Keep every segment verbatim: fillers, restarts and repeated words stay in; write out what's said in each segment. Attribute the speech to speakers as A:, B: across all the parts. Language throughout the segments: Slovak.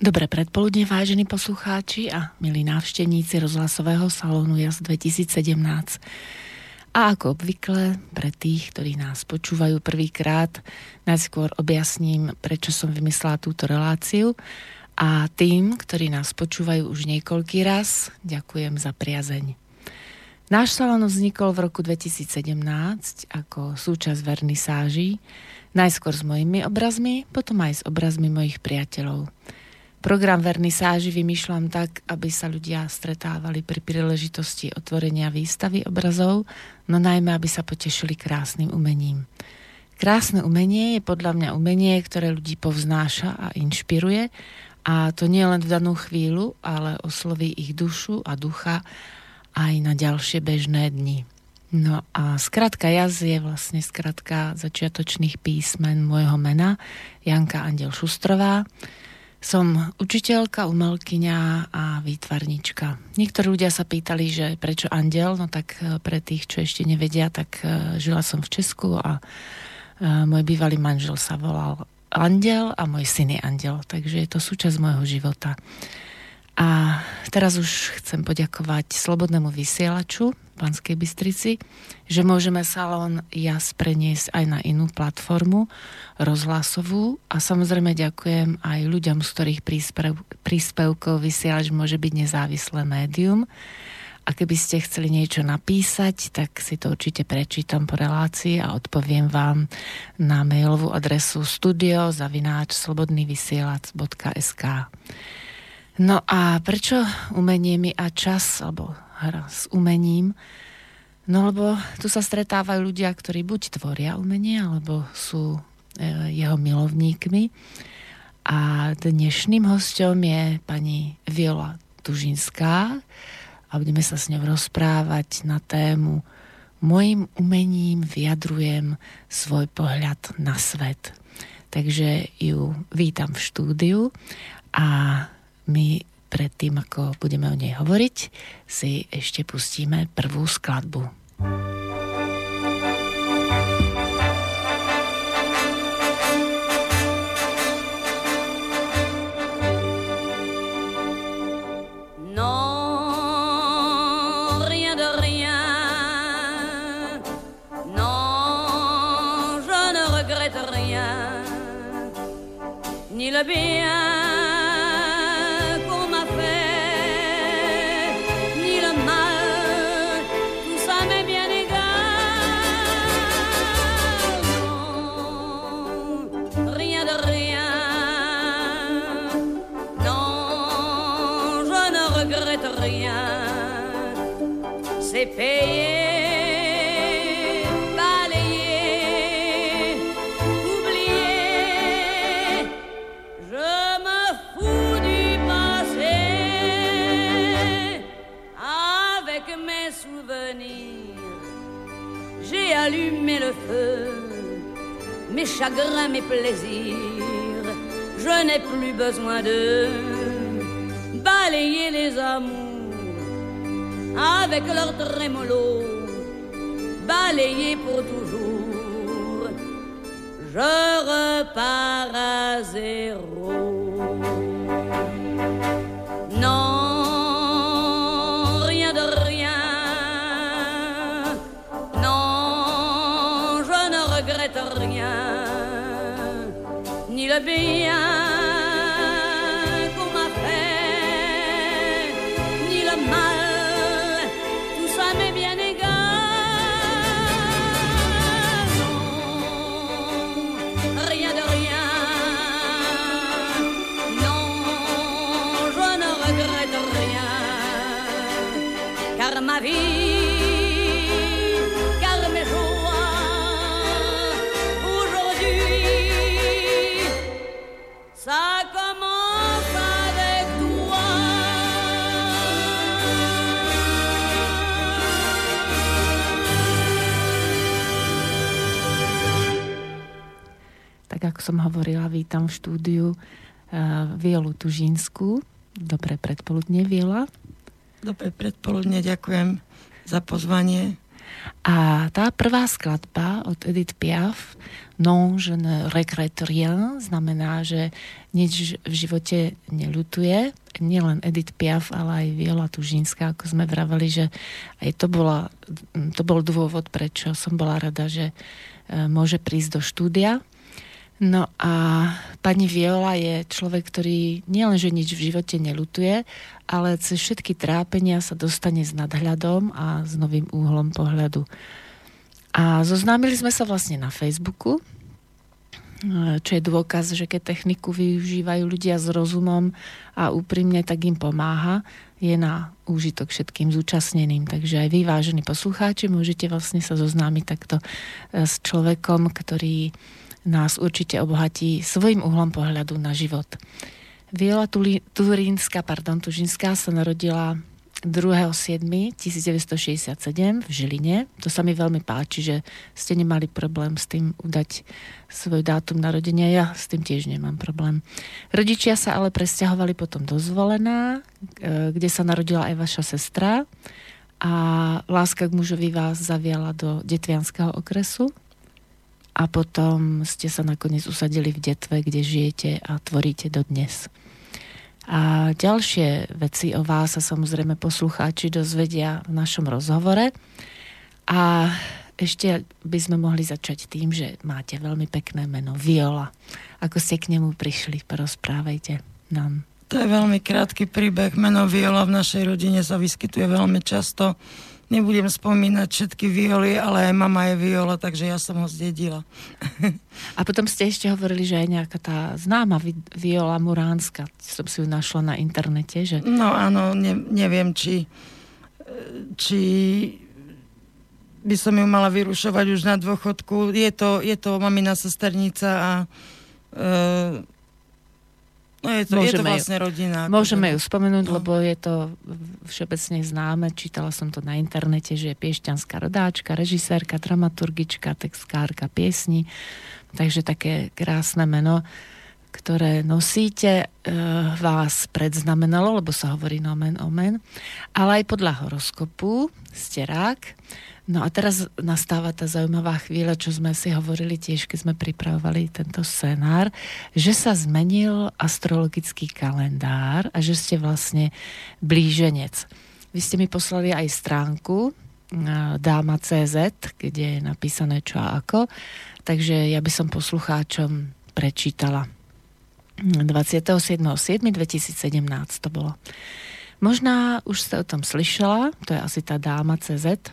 A: Dobré predpoludne, vážení poslucháči a milí návštevníci rozhlasového salónu Jazd dvetisícsedemnásť. A ako obvykle, pre tých, ktorí nás počúvajú prvýkrát, najskôr objasním, prečo som vymyslela túto reláciu. A tým, ktorí nás počúvajú už niekoľký raz, ďakujem za priazeň. Náš salón vznikol v roku dvetisícsedemnásť ako súčasť vernisáží, najskôr s mojimi obrazmi, potom aj s obrazmi mojich priateľov. Program vernisáži vymýšľam tak, aby sa ľudia stretávali pri príležitosti otvorenia výstavy obrazov, no najmä, aby sa potešili krásnym umením. Krásne umenie je podľa mňa umenie, ktoré ľudí povznáša a inšpiruje, a to nie len v danú chvíľu, ale osloví ich dušu a ducha aj na ďalšie bežné dni. No a skratka Jazd je vlastne skratka začiatočných písmen môjho mena, Janka Andiel Šustrová. Som učiteľka, umelkyňa a výtvarnička. Niektorí ľudia sa pýtali, že prečo Andiel, no tak pre tých, čo ešte nevedia, tak žila som v Česku a môj bývalý manžel sa volal Andiel a môj syn je Andiel, takže je to súčasť môjho života. A teraz už chcem poďakovať Slobodnému vysielaču v Banskej Bystrici, že môžeme salón Jazd preniesť aj na inú platformu, rozhlasovú, a samozrejme ďakujem aj ľuďom, z ktorých príspev, príspevkov vysielač môže byť nezávislé médium. A keby ste chceli niečo napísať, tak si to určite prečítam po relácii a odpoviem vám na mailovú adresu studio zavináč slobodnyvysielac bodka es ká. No a prečo umenie mi a čas, alebo hra s umením? No lebo tu sa stretávajú ľudia, ktorí buď tvoria umenie, alebo sú e, jeho milovníkmi. A dnešným hosťom je pani Viola Tužinská a budeme sa s ňou rozprávať na tému Mojím umením vyjadrujem svoj pohľad na svet. Takže ju vítam v štúdiu a my predtým, ako budeme o nej hovoriť, si ešte pustíme prvú skladbu.
B: Non, rien de rien. Non, je ne regrette rien. Ni le bien c'est payer, balayer, oublier. Je me fous du passé avec mes souvenirs. J'ai allumé le feu, mes chagrins, mes plaisirs. Je n'ai plus besoin de balayer les amours avec leur trémolo, balayé pour toujours, je repars à zéro. Non, rien de rien. Non, je ne regrette rien, ni le bien qu'on m'a fait, ni le mal. Ma vie, car mes joies aujourd'hui, ça commence avec toi.
A: Tak ako som hovorila, vítam v štúdiu uh, Violu Tužinskú. Dobré predpoludne, Viola.
C: Dobré predpoludne, ďakujem za pozvanie.
A: A tá prvá skladba od Edith Piaf, Non, je ne regrette rien, znamená, že nič v živote neľutuje. Nielen Edith Piaf, ale aj Viola Tužínska, ako sme vraveli, že aj to, bola, to bol dôvod, prečo som bola rada, že môže prísť do štúdia. No a pani Viola je človek, ktorý nielenže nič v živote neľutuje, ale cez všetky trápenia sa dostane s nadhľadom a s novým úhlom pohľadu. A zoznámili sme sa vlastne na Facebooku, čo je dôkaz, že keď techniku využívajú ľudia s rozumom a úprimne, tak im pomáha. Je na úžitok všetkým zúčastneným. Takže aj vy, vážení poslucháči, môžete vlastne sa zoznámiť takto s človekom, ktorý nás určite obohatí svojim uhlom pohľadu na život. Viola Turínska, pardon, Tužínska sa narodila druhého júla devätnásťstošesťdesiatsedem v Žiline. To sa mi veľmi páči, že ste nemali problém s tým udať svoj dátum narodenia. Ja s tým tiež nemám problém. Rodičia sa ale presťahovali potom do Zvolená, kde sa narodila aj vaša sestra a láska k mužovi vás zaviala do Detvianskeho okresu a potom ste sa nakoniec usadili v Detve, kde žijete a tvoríte dodnes. A ďalšie veci o vás sa samozrejme poslucháči dozvedia v našom rozhovore. A ešte by sme mohli začať tým, že máte veľmi pekné meno Viola. Ako ste k nemu prišli, porozprávajte nám.
C: To je veľmi krátky príbeh. Meno Viola v našej rodine sa vyskytuje veľmi často. Nebudem spomínať všetky Violy, ale aj mama je Viola, takže ja som ho zdedila.
A: A potom ste ešte hovorili, že aj nejaká tá známa Viola Muránska. Som si ju našla na internete, že...
C: No áno, ne, neviem, či, či by som ju mala vyrušovať už na dôchodku. Je to, je to mamina sesternica a e, no je to, je to vlastne rodina.
A: Môžeme ju spomenúť, no. Lebo je to všeobecne známe. Čítala som to na internete, že je piešťanská rodáčka, režisérka, dramaturgička, textkárka piesni. Takže také krásne meno, ktoré nosíte, e, vás predznamenalo, lebo sa hovorí nomen omen, ale aj podľa horoskopu ste rák. No a teraz nastáva tá zaujímavá chvíľa, čo sme si hovorili tiež, keď sme pripravovali tento scenár, že sa zmenil astrologický kalendár a že ste vlastne blíženec. Vy ste mi poslali aj stránku dáma bodka cé zet, kde je napísané čo a ako, takže ja by som poslucháčom prečítala. dvadsiateho siedmeho júla dvetisícsedemnásť to bolo. Možná už ste o tom slyšela, to je asi tá dáma bodka cé zet.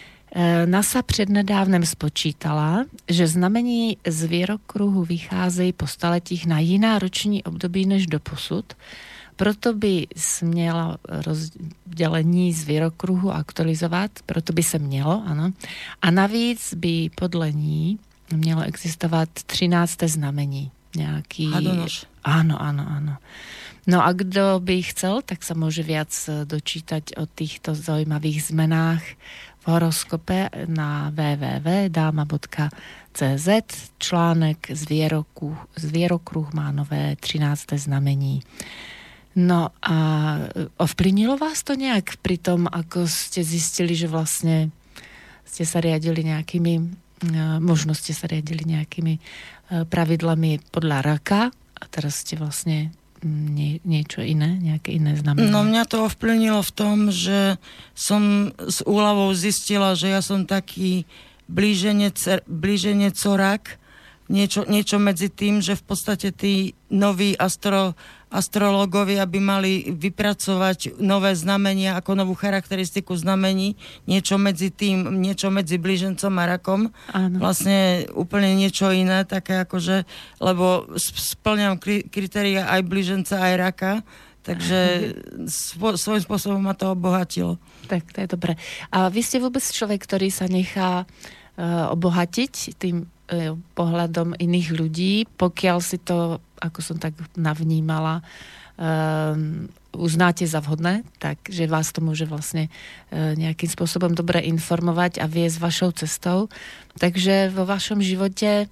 A: NASA přednedávnem spočítala, že znamení zvěrokruhu vycházejí po staletích na jiná roční období než doposud, proto by směla rozdělení zvěrokruhu aktualizovat, proto by se mělo, ano. A navíc by podle ní mělo existovat třinácté znamení. Nějaký...
C: Hadonoš.
A: Áno, áno, áno. No a kdo by chcel, tak sa môže viac dočítať o týchto zaujímavých zmenách v horoskope na w w w bodka dáma bodka cé zet. Článek Zvierokruh, Zvierokruh má nové trinácté znamení. No a ovplyvnilo vás to nejak pri tom, ako ste zistili, že vlastne ste sa riadili nejakými, možno ste sa riadili nejakými pravidlami podľa raka a teraz ste vlastne nie, niečo iné, nejaké iné znamenie?
C: No mňa to ovplyvnilo v tom, že som s úľavou zistila, že ja som taký blíženec, blíženecorák, niečo, niečo medzi tým, že v podstate tí noví astro, astrológovia by mali vypracovať nové znamenia ako novú charakteristiku znamení, niečo medzi tým, niečo medzi blížencom a rakom.
A: Áno.
C: Vlastne úplne niečo iné, také akože, lebo splňam kri- kritéria aj blíženca, aj raka, takže svo, svojím spôsobom ma to obohatilo.
A: Tak to je dobré. A vy ste vôbec človek, ktorý sa nechá uh, obohatiť tým uh, pohľadom iných ľudí, pokiaľ si to, ako som tak navnímala, um, uznáte za vhodné, takže vás to môže vlastne uh, nejakým spôsobom dobre informovať a viesť vašou cestou. Takže vo vašom živote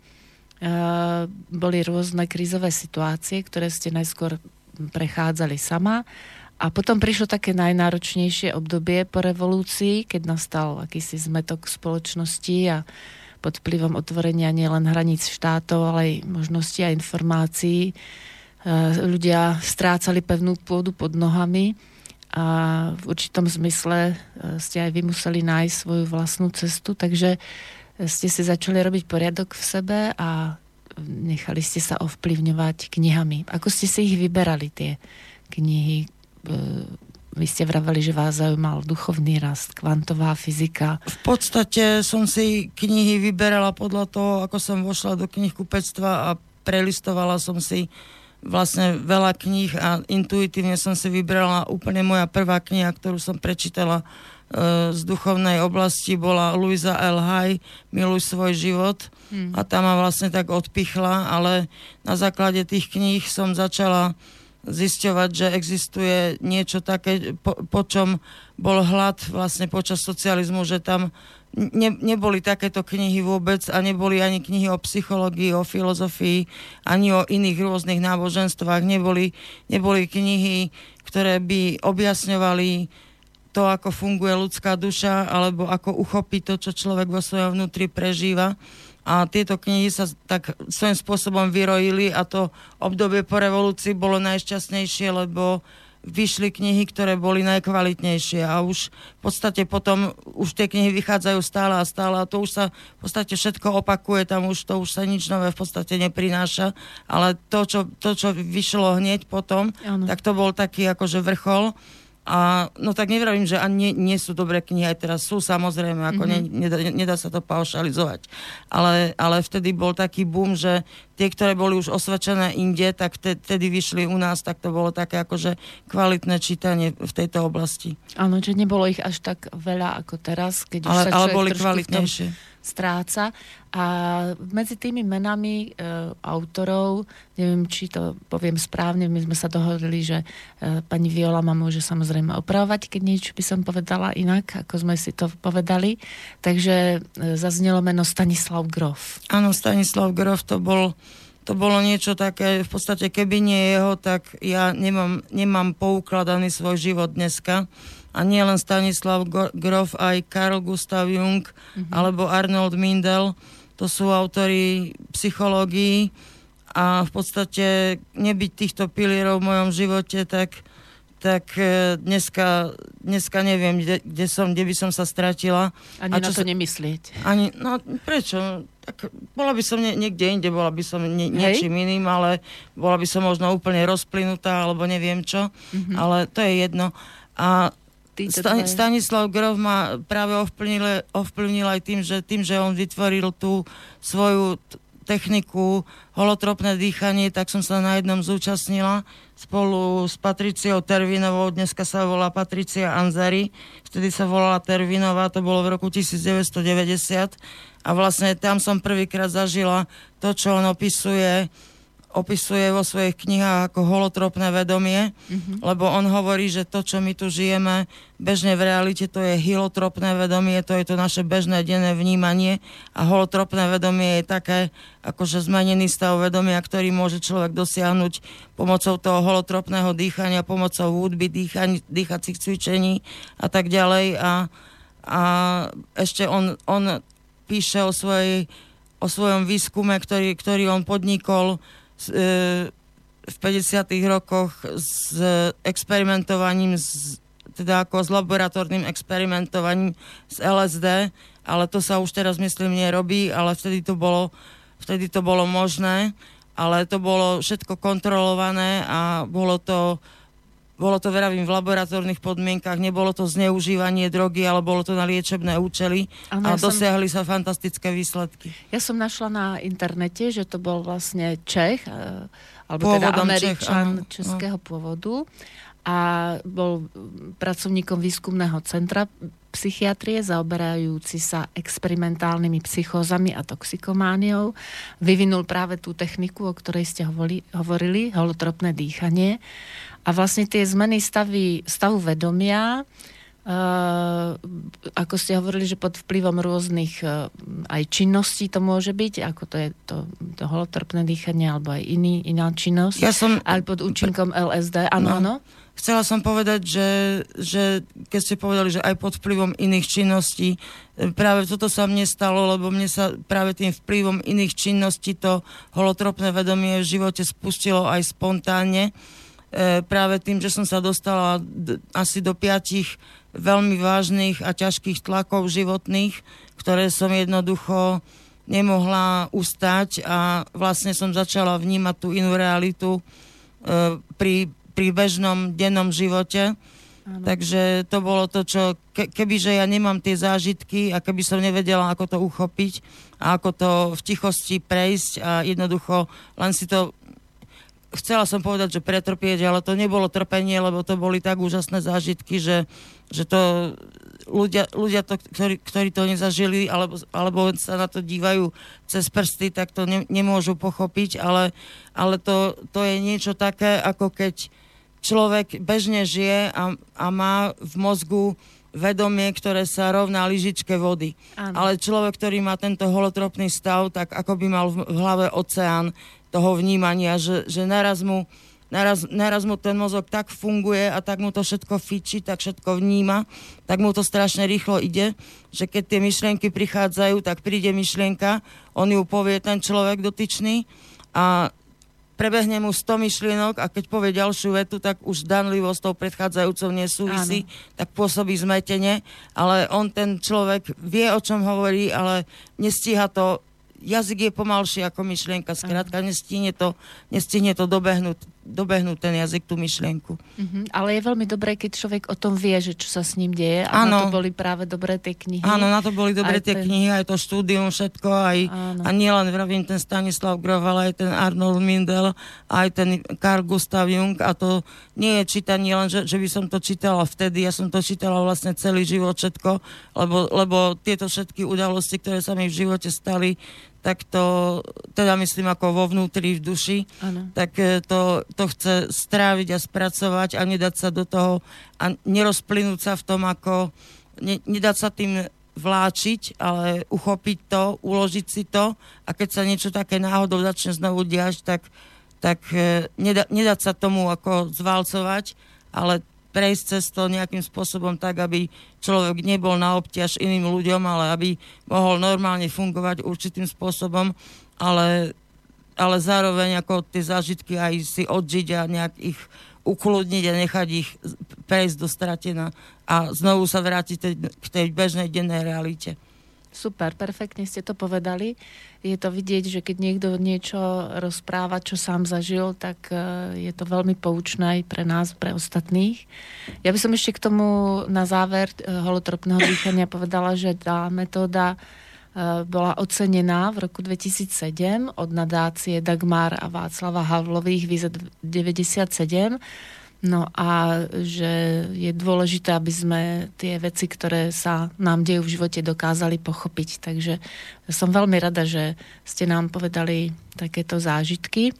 A: uh, boli rôzne krízové situácie, ktoré ste najskôr prechádzali sama A potom prišlo také najnáročnejšie obdobie po revolúcii, keď nastal akýsi zmetok spoločnosti a pod vplyvom otvorenia nielen hraníc štátov, ale aj možností a informácií ľudia strácali pevnú pôdu pod nohami a v určitom zmysle ste aj vy museli nájsť svoju vlastnú cestu, takže ste si začali robiť poriadok v sebe a nechali ste sa ovplyvňovať knihami. Ako ste si ich vyberali, tie knihy? Vy ste vraveli, že vás zaujímal duchovný rast, kvantová fyzika.
C: V podstate som si knihy vyberala podľa toho, ako som vošla do knihkupectva a prelistovala som si vlastne veľa kníh a intuitívne som si vybrala úplne moja prvá kniha, ktorú som prečítala e, z duchovnej oblasti, bola Louisa L. Hay, Miluj svoj život. Hmm. A tá ma vlastne tak odpichla, ale na základe tých kníh som začala zisťovať, že existuje niečo také, po, po čom bol hlad vlastne počas socializmu, že tam ne, neboli takéto knihy vôbec a neboli ani knihy o psychológii, o filozofii, ani o iných rôznych náboženstvách. Neboli, neboli knihy, ktoré by objasňovali to, ako funguje ľudská duša, alebo ako uchopiť to, čo človek vo svojom vnútri prežíva. A tieto knihy sa tak svojím spôsobom vyrojili a to obdobie po revolúcii bolo najšťastnejšie, lebo vyšli knihy, ktoré boli najkvalitnejšie a už v podstate potom už tie knihy vychádzajú stále a stále a to už sa v podstate všetko opakuje, tam už to už sa nič nové v podstate neprináša, ale to, čo, to, čo vyšlo hneď potom, ano. Tak to bol taký akože vrchol. A no tak nevravím, že ani nie, nie sú dobré knihy, aj teraz sú samozrejme, ako mm-hmm. ne, nedá, nedá sa to paušalizovať. Ale, ale vtedy bol taký boom, že tie, ktoré boli už osvedčené inde, tak vtedy vyšli u nás, tak to bolo také akože kvalitné čítanie v tejto oblasti.
A: Áno, že nebolo ich až tak veľa ako teraz, keď už
C: ale,
A: sa
C: ale
A: človek
C: boli
A: trošku
C: kvalitnejšie.
A: V tom stráca. A medzi tými menami e, autorov, neviem, či to poviem správne, my sme sa dohodli, že e, pani Viola ma môže samozrejme opravovať, keď niečo by som povedala inak, ako sme si to povedali. Takže e, zaznelo meno Stanislav Grof.
C: Áno, Stanislav Grof, to bol to bolo niečo také, v podstate keby nie jeho, tak ja nemám, nemám poukladaný svoj život dneska. A nie len Stanislav Grof, aj Carl Gustav Jung, mm-hmm. alebo Arnold Mindel. To sú autori psychológií a v podstate nebyť týchto pilierov v mojom živote, tak, tak dneska, dneska neviem, kde, kde som, kde by som sa stratila.
A: Ani a na to sa, nemyslieť.
C: Ani, no prečo? Tak bola by som nie, niekde inde, bola by som nie, niečím iným, ale bola by som možno úplne rozplynutá, alebo neviem čo. Mm-hmm. Ale to je jedno. A Stan- Stanislav Grof ma práve ovplyvnil, ovplyvnil aj tým, že tým, že on vytvoril tú svoju t- techniku holotropné dýchanie, tak som sa na jednom zúčastnila spolu s Patriciou Tervinovou, dneska sa volá Patricia Anzari, vtedy sa volala Tervinová, to bolo v roku devätnásťstodeväťdesiat a vlastne tam som prvýkrát zažila to, čo on opisuje opisuje vo svojich knihách ako holotropné vedomie, mm-hmm. lebo on hovorí, že to, čo my tu žijeme bežne v realite, to je hilotropné vedomie, to je to naše bežné denné vnímanie a holotropné vedomie je také akože zmenený stav vedomia, ktorý môže človek dosiahnuť pomocou toho holotropného dýchania, pomocou hudby, dýchaní, dýchacích cvičení a tak ďalej a, a ešte on, on píše o, svojej, o svojom výskume, ktorý, ktorý on podnikol v päťdesiatych rokoch s experimentovaním, s, teda ako s laboratórnym experimentovaním s el es dé, ale to sa už teraz myslím nerobí, ale vtedy to bolo, vtedy to bolo možné, ale to bolo všetko kontrolované a bolo to Bolo to, veravím, v laboratórnych podmienkach, nebolo to zneužívanie drogy, ale bolo to na liečebné účely ano, a ja dosiahli som, sa fantastické výsledky.
A: Ja som našla na internete, že to bol vlastne Čech, alebo Pôvodom teda Američan Čech, českého no. pôvodu a bol pracovníkom výskumného centra psychiatrie, zaoberajúci sa experimentálnymi psychózami a toxikomániou. Vyvinul práve tú techniku, o ktorej ste hovorili, hovorili holotropné dýchanie. A vlastne tie zmeny stavy, stavu vedomia Uh, ako ste hovorili, že pod vplyvom rôznych uh, aj činností to môže byť, ako to je to, to holotropné dýchanie, alebo aj iný, iná činnosť.
C: Ja som...
A: Aj pod účinkom el es dé. Áno, áno.
C: No. Chcela som povedať, že, že keď ste povedali, že aj pod vplyvom iných činností, práve toto sa mne stalo, lebo mne sa práve tým vplyvom iných činností to holotropné vedomie v živote spustilo aj spontánne. E, práve tým, že som sa dostala d- asi do piatich veľmi vážnych a ťažkých tlakov životných, ktoré som jednoducho nemohla ustať a vlastne som začala vnímať tú inú realitu e, pri pri bežnom dennom živote. Áno. Takže to bolo to, čo ke, kebyže ja nemám tie zážitky a keby som nevedela, ako to uchopiť a ako to v tichosti prejsť a jednoducho len si to chcela som povedať, že pretrpieť, ale to nebolo trpenie, lebo to boli tak úžasné zážitky, že, že to ľudia, ľudia to, ktorí, ktorí to nezažili alebo, alebo sa na to dívajú cez prsty, tak to ne, nemôžu pochopiť, ale, ale to, to je niečo také, ako keď človek bežne žije a, a má v mozgu vedomie, ktoré sa rovná lyžičke vody. Áno. Ale človek, ktorý má tento holotropný stav, tak ako by mal v, v hlave oceán toho vnímania, že, že naraz mu Naraz, naraz mu ten mozog tak funguje a tak mu to všetko fičí, tak všetko vníma, tak mu to strašne rýchlo ide, že keď tie myšlienky prichádzajú, tak príde myšlienka, on ju povie ten človek dotyčný a prebehne mu sto myšlienok a keď povie ďalšiu vetu, tak už danlivo s tou predchádzajúcou nesúvisí, áno. Tak pôsobí zmetene, ale on, ten človek, vie, o čom hovorí, ale nestíha to. Jazyk je pomalší ako myšlienka, skrátka nestihne to, nestihne to dobehnúť, dobehnúť ten jazyk, tú myšlienku.
A: Uh-huh. Ale je veľmi dobré, keď človek o tom vie, že čo sa s ním deje. A ano. Na to boli práve dobré tie knihy.
C: Áno, na to boli dobré aj tie ten... knihy, aj to štúdium, všetko. Aj, a nielen, vravím, ten Stanislav Grof, ale aj ten Arnold Mindel, aj ten Carl Gustav Jung. A to nie je čítanie len, že, že by som to čítala vtedy. Ja som to čítala vlastne celý život všetko, lebo, lebo tieto všetky udalosti, ktoré sa mi v živote stali, tak to, teda myslím ako vo vnútri, v duši, ano. Tak to, to chce stráviť a spracovať a nedať sa do toho a nerozplynúť sa v tom, ako ne, nedať sa tým vláčiť, ale uchopiť to, uložiť si to a keď sa niečo také náhodou začne znovu diať, tak, tak neda, nedať sa tomu ako zvalcovať, ale prejsť cez to nejakým spôsobom tak, aby človek nebol na obťaž iným ľuďom, ale aby mohol normálne fungovať určitým spôsobom, ale, ale zároveň ako tie zážitky aj si odžiť a nejak ich ukludniť a nechať ich prejsť do stratená a znovu sa vrátiť k tej bežnej dennej realite.
A: Super, perfektne ste to povedali. Je to vidieť, že keď niekto niečo rozpráva, čo sám zažil, tak je to veľmi poučné aj pre nás, pre ostatných. Ja by som ešte k tomu na záver holotropného dýchania povedala, že tá metóda bola ocenená v roku dvetisícsedem od nadácie Dagmar a Václava Havlových Vize deväťdesiatsedem. No a že je dôležité, aby sme tie veci, ktoré sa nám dejú v živote, dokázali pochopiť. Takže som veľmi rada, že ste nám povedali takéto zážitky.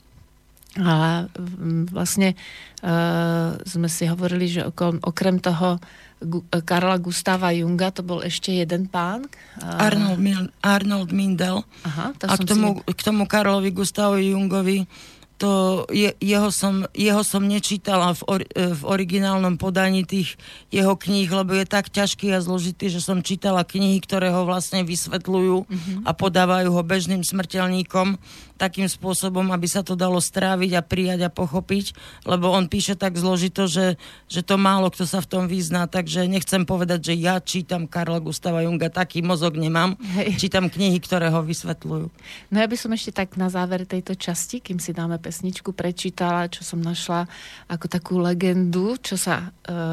A: A vlastne uh, sme si hovorili, že okrem toho Karla Gustava Junga, to bol ešte jeden pán. Uh,
C: Arnold, Mil- Arnold Mindel.
A: Aha, to
C: a
A: som
C: k tomu,
A: si...
C: k tomu Karlovi Gustavovi Jungovi to je, jeho, som, jeho som nečítala v, or, v originálnom podaní tých jeho kníh, lebo je tak ťažký a zložitý, že som čítala knihy, ktoré ho vlastne vysvetľujú mm-hmm. a podávajú ho bežným smrteľníkom takým spôsobom, aby sa to dalo stráviť a prijať a pochopiť, lebo on píše tak zložito, že, že to málo kto sa v tom vyzná, takže nechcem povedať, že ja čítam Karla Gustava Junga, taký mozog nemám, Hej. čítam knihy, ktoré ho vysvetľujú.
A: No ja by som ešte tak na záver tejto časti, kým si dáme pesničku, prečítala, čo som našla ako takú legendu, čo sa,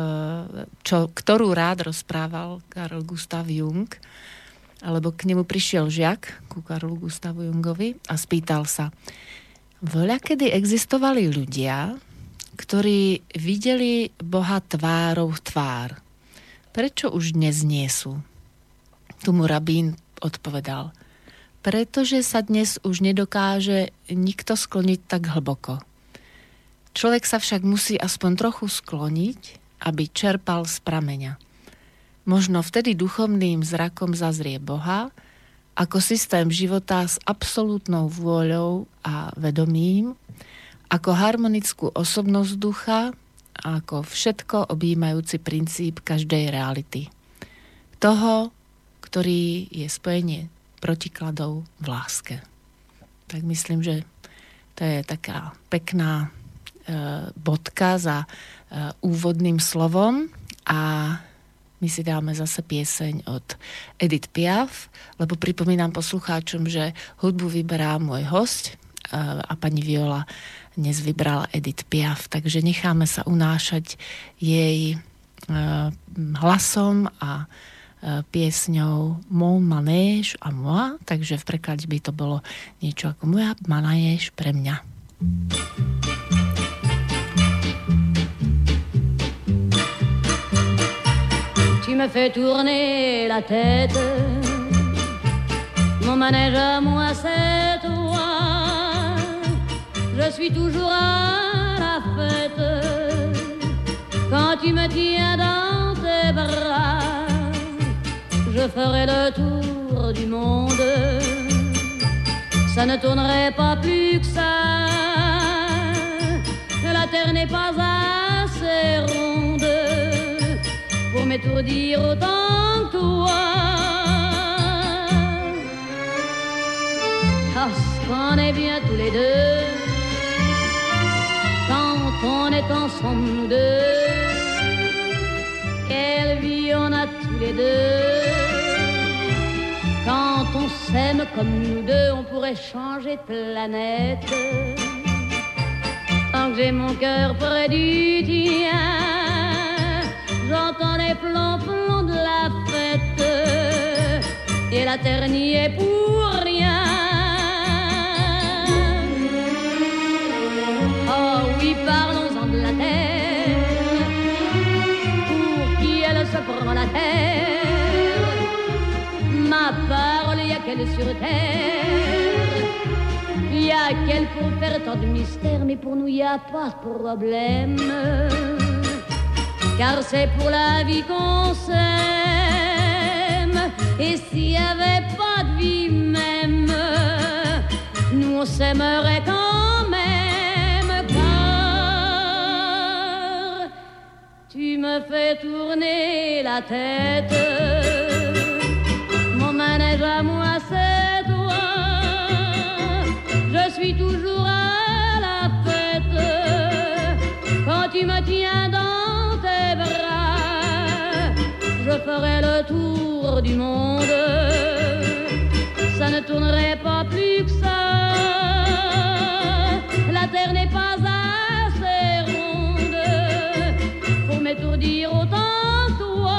A: čo, ktorú rád rozprával Carl Gustav Jung, alebo k nemu prišiel žiak ku Karlu Gustavu Jungovi a spýtal sa: voľakedy existovali ľudia, ktorí videli Boha tvárou v tvár. Prečo už dnes nie sú? Tu mu rabín odpovedal: pretože sa dnes už nedokáže nikto skloniť tak hlboko. Človek sa však musí aspoň trochu skloniť, aby čerpal z prameňa. možno vtedy duchovným zrakom zazrie Boha ako systém života s absolútnou vôľou a vedomím, ako harmonickú osobnosť ducha, ako všetko objímajúci princíp každej reality. Toho, ktorý je spojenie protikladov v láske. Tak myslím, že to je taká pekná e, bodka za e, úvodným slovom a my si dáme zase pieseň od Edith Piaf, lebo pripomínam poslucháčom, že hudbu vyberá môj hosť a pani Viola dnes vybrala Edith Piaf, takže necháme sa unášať jej hlasom a piesňou Mon manège à moi, takže v preklade by to bolo niečo ako moja manéž pre mňa.
B: Tu me fais tourner la tête, mon manège à moi c'est toi, je suis toujours à la fête, quand tu me tiens dans tes bras, je ferai le tour du monde, ça ne tournerait pas plus que ça, la terre n'est pas assez ronde pour m'étourdir autant que toi. Parce qu'on est bien tous les deux, quand on est ensemble nous deux, quelle vie on a tous les deux. Quand on s'aime comme nous deux, on pourrait changer de planète. Tant que j'ai mon cœur près du tien, j'entends les plans-plans de la fête, et la terre n'y est pour rien. Oh oui, parlons-en de la terre, pour qui elle se prend la terre. Ma parole, y a qu'elle sur terre, y a qu'elle pour faire tant de mystères, mais pour nous y a pas de problème. Car c'est pour la vie qu'on s'aime, et s'il n'y avait pas de vie même, nous on s'aimerait quand même, car tu me fais tourner la tête, mon manège à moi c'est toi, je suis toujours à la fête, quand tu me tiens dans je ferai le tour du monde, ça ne tournerait pas plus que ça, la terre n'est pas assez ronde pour m'étourdir autant que toi.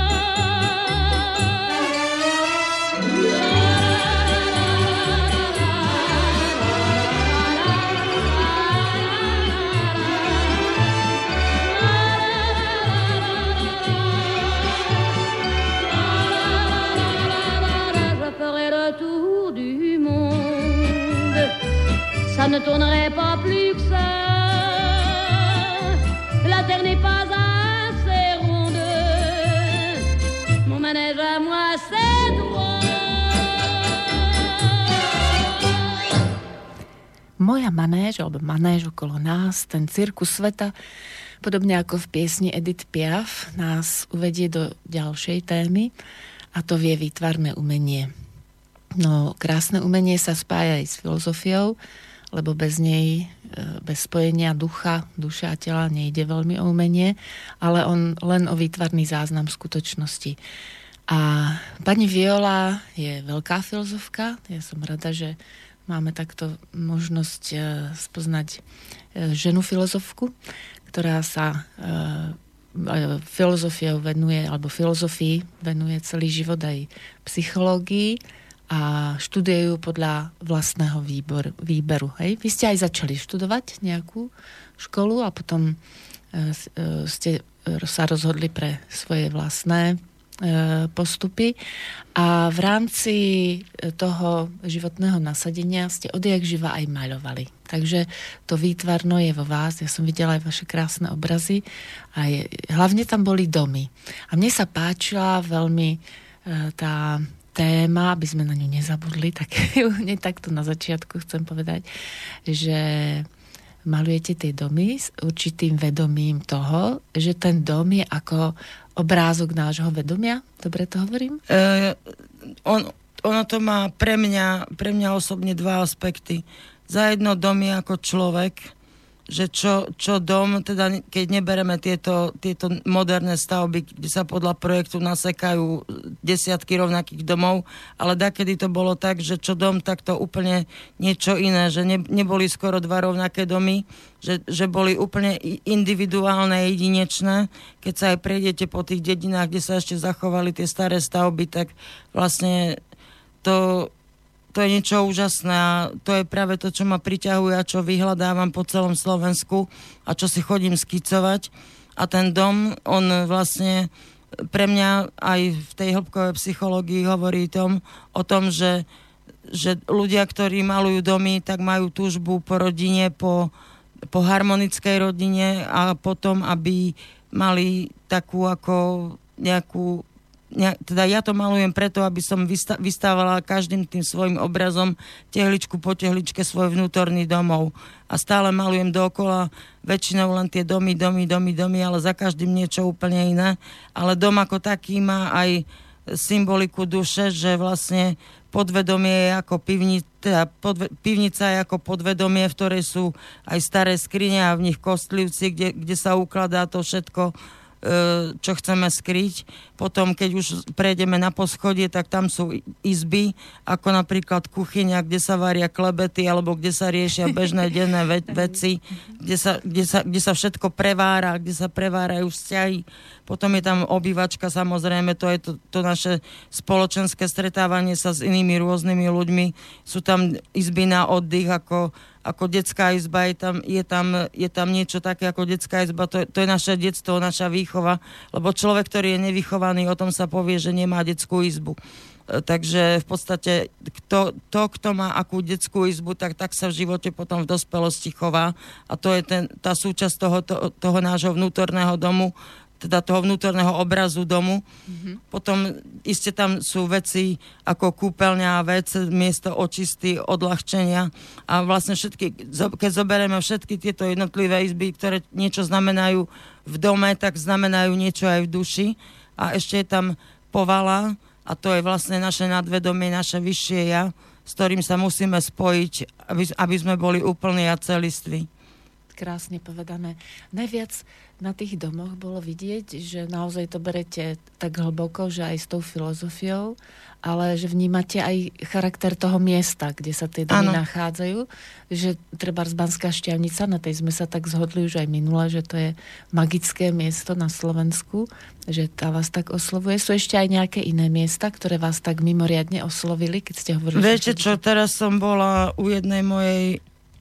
B: Ça ne tournerait pas plus que ça, la terre n'est pas assez ronde, mon manège à moi c'est toi.
A: Moja manéž, alebo manéž okolo nás, ten cirkus sveta, podobne ako v piesni Edith Piaf, nás uvedie do ďalšej témy, a to vie výtvarné umenie. No, krásne umenie sa spája aj s filozofiou, lebo bez nej, bez spojenia ducha, duše a tela nejde veľmi o umenie, ale on len o výtvarný záznam skutočnosti. A pani Viola je veľká filozofka, ja som rada, že máme takto možnosť spoznať ženu filozofku, ktorá sa filozofiou venuje, alebo filozofii venuje celý život aj psychológii, a študujú podľa vlastného výbor, výberu. Hej? Vy ste aj začali študovať nejakú školu a potom e, ste sa rozhodli pre svoje vlastné e, postupy a v rámci toho životného nasadenia ste odjak živa aj maľovali. Takže to výtvarno je vo vás. Ja som videla aj vaše krásne obrazy a je, hlavne tam boli domy. A mne sa páčila veľmi e, tá téma, aby sme na ňu nezabudli, tak ju hneď takto na začiatku chcem povedať, že malujete tie domy s určitým vedomím toho, že ten dom je ako obrázok nášho vedomia. Dobre to hovorím?
C: E, on, ono to má pre mňa, pre mňa osobne dva aspekty. Za jedno dom je ako človek, že čo, čo dom, teda keď nebereme tieto, tieto moderné stavby, kde sa podľa projektu nasekajú desiatky rovnakých domov, ale dakedy to bolo tak, že čo dom, tak to úplne niečo iné, že ne, neboli skoro dva rovnaké domy, že, že boli úplne individuálne, jedinečné. Keď sa aj prejdete po tých dedinách, kde sa ešte zachovali tie staré stavby, tak vlastne to... To je niečo úžasné a to je práve to, čo ma priťahuje a čo vyhľadávam po celom Slovensku a čo si chodím skicovať. A ten dom, on vlastne pre mňa aj v tej hĺbkovej psychológii hovorí tom, o tom, že, že ľudia, ktorí malujú domy, tak majú túžbu po rodine, po, po harmonickej rodine a potom, aby mali takú ako nejakú... Teda ja to malujem preto, aby som vystávala každým tým svojim obrazom tehličku po tehličke svoj vnútorný domov. A stále malujem dookola väčšinou len tie domy, domy, domy, domy, ale za každým niečo úplne iné. Ale dom ako taký má aj symboliku duše, že vlastne podvedomie je ako pivnica, teda podve, pivnica je ako podvedomie, v ktorej sú aj staré skrine a v nich kostlivci, kde, kde sa ukladá to všetko, čo chceme skryť. Potom, keď už prejdeme na poschodie, tak tam sú izby, ako napríklad kuchyňa, kde sa varia klebety, alebo kde sa riešia bežné denné ve- veci, kde sa, kde, sa, kde sa všetko prevára, kde sa prevárajú vzťahy. Potom je tam obývačka, samozrejme, to je to, to naše spoločenské stretávanie sa s inými rôznymi ľuďmi. Sú tam izby na oddych, ako ako detská izba, je tam, je tam, je tam niečo také ako detská izba, to je, to je naše detstvo, naša výchova, lebo človek, ktorý je nevychovaný, o tom sa povie, že nemá detskú izbu. E, takže v podstate kto, to, kto má akú detskú izbu, tak, tak sa v živote potom v dospelosti chová a to je ten, tá súčasť toho, to, toho nášho vnútorného domu, teda toho vnútorného obrazu domu. Mm-hmm. Potom iste tam sú veci ako kúpeľňa a vec, miesto očisty, odľahčenia a vlastne všetky, keď zoberieme všetky tieto jednotlivé izby, ktoré niečo znamenajú v dome, tak znamenajú niečo aj v duši a ešte je tam povala a to je vlastne naše nadvedomie, naše vyššie ja, s ktorým sa musíme spojiť, aby, aby sme boli úplní a celiství.
A: Krásne povedané. Najviac na tých domoch bolo vidieť, že naozaj to berete tak hlboko, že aj s tou filozofiou, ale že vnímate aj charakter toho miesta, kde sa tie domy ano. nachádzajú, že treba z Banská Štiavnica, na tej sme sa tak zhodli už aj minule, že to je magické miesto na Slovensku, že tá vás tak oslovuje. Sú ešte aj nejaké iné miesta, ktoré vás tak mimoriadne oslovili, keď ste hovorili...
C: Viete čo, teraz som bola u jednej mojej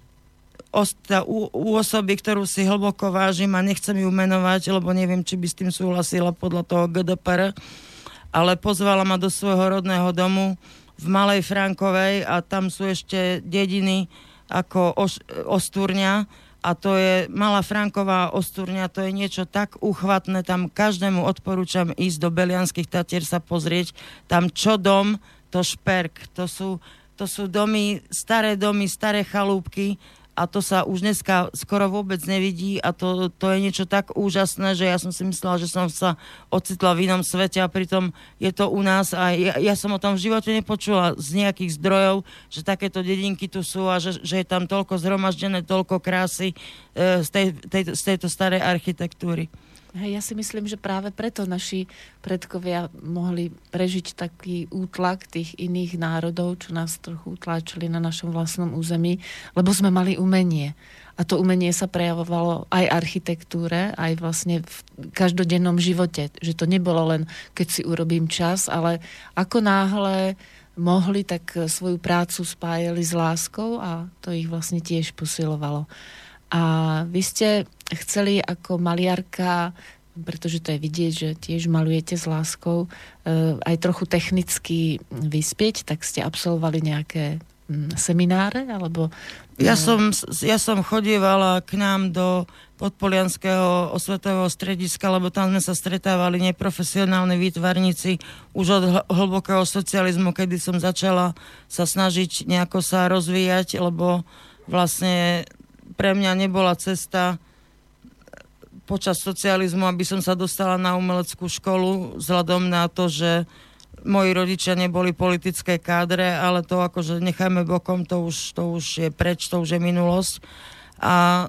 C: Osta, u, u osoby, ktorú si hlboko vážim a nechcem ju menovať, lebo neviem, či by s tým súhlasila podľa toho gé dé pé er, ale pozvala ma do svojho rodného domu v Malej Frankovej a tam sú ešte dediny ako Oš, Ostúrňa a to je Malá Franková Ostúrňa, to je niečo tak uchvatné, tam každému odporúčam ísť do Belianských Tatier sa pozrieť, tam čo dom, to šperk, to sú, to sú domy, staré domy, staré chalúbky, a to sa už dneska skoro vôbec nevidí a to, to je niečo tak úžasné, že ja som si myslela, že som sa ocitla v inom svete a pritom je to u nás a ja, ja som o tom v živote nepočula z nejakých zdrojov, že takéto dedinky tu sú a že, že je tam toľko zhromaždené, toľko krásy e, z, tej, tej, z tejto starej architektúry.
A: Hej, ja si myslím, že práve preto naši predkovia mohli prežiť taký útlak tých iných národov, čo nás trochu utláčali na našom vlastnom území, lebo sme mali umenie. A to umenie sa prejavovalo aj architektúre, aj vlastne v každodennom živote. Že to nebolo len, keď si urobím čas, ale ako náhle mohli, tak svoju prácu spájali s láskou a to ich vlastne tiež posilovalo. A vy ste chceli ako maliarka, pretože to je vidieť, že tiež malujete s láskou, aj trochu technicky vyspieť, tak ste absolvovali nejaké semináre, alebo...
C: Ja som, ja som chodievala k nám do Podpolianského osvetového strediska, lebo tam sme sa stretávali neprofesionálni výtvarníci už od hlbokého socializmu, kedy som začala sa snažiť nejako sa rozvíjať, lebo vlastne pre mňa nebola cesta počas socializmu, aby som sa dostala na umeleckú školu, vzhľadom na to, že moji rodičia neboli politické kádre, ale to akože nechajme bokom, to už, to už je preč, to už je minulosť. A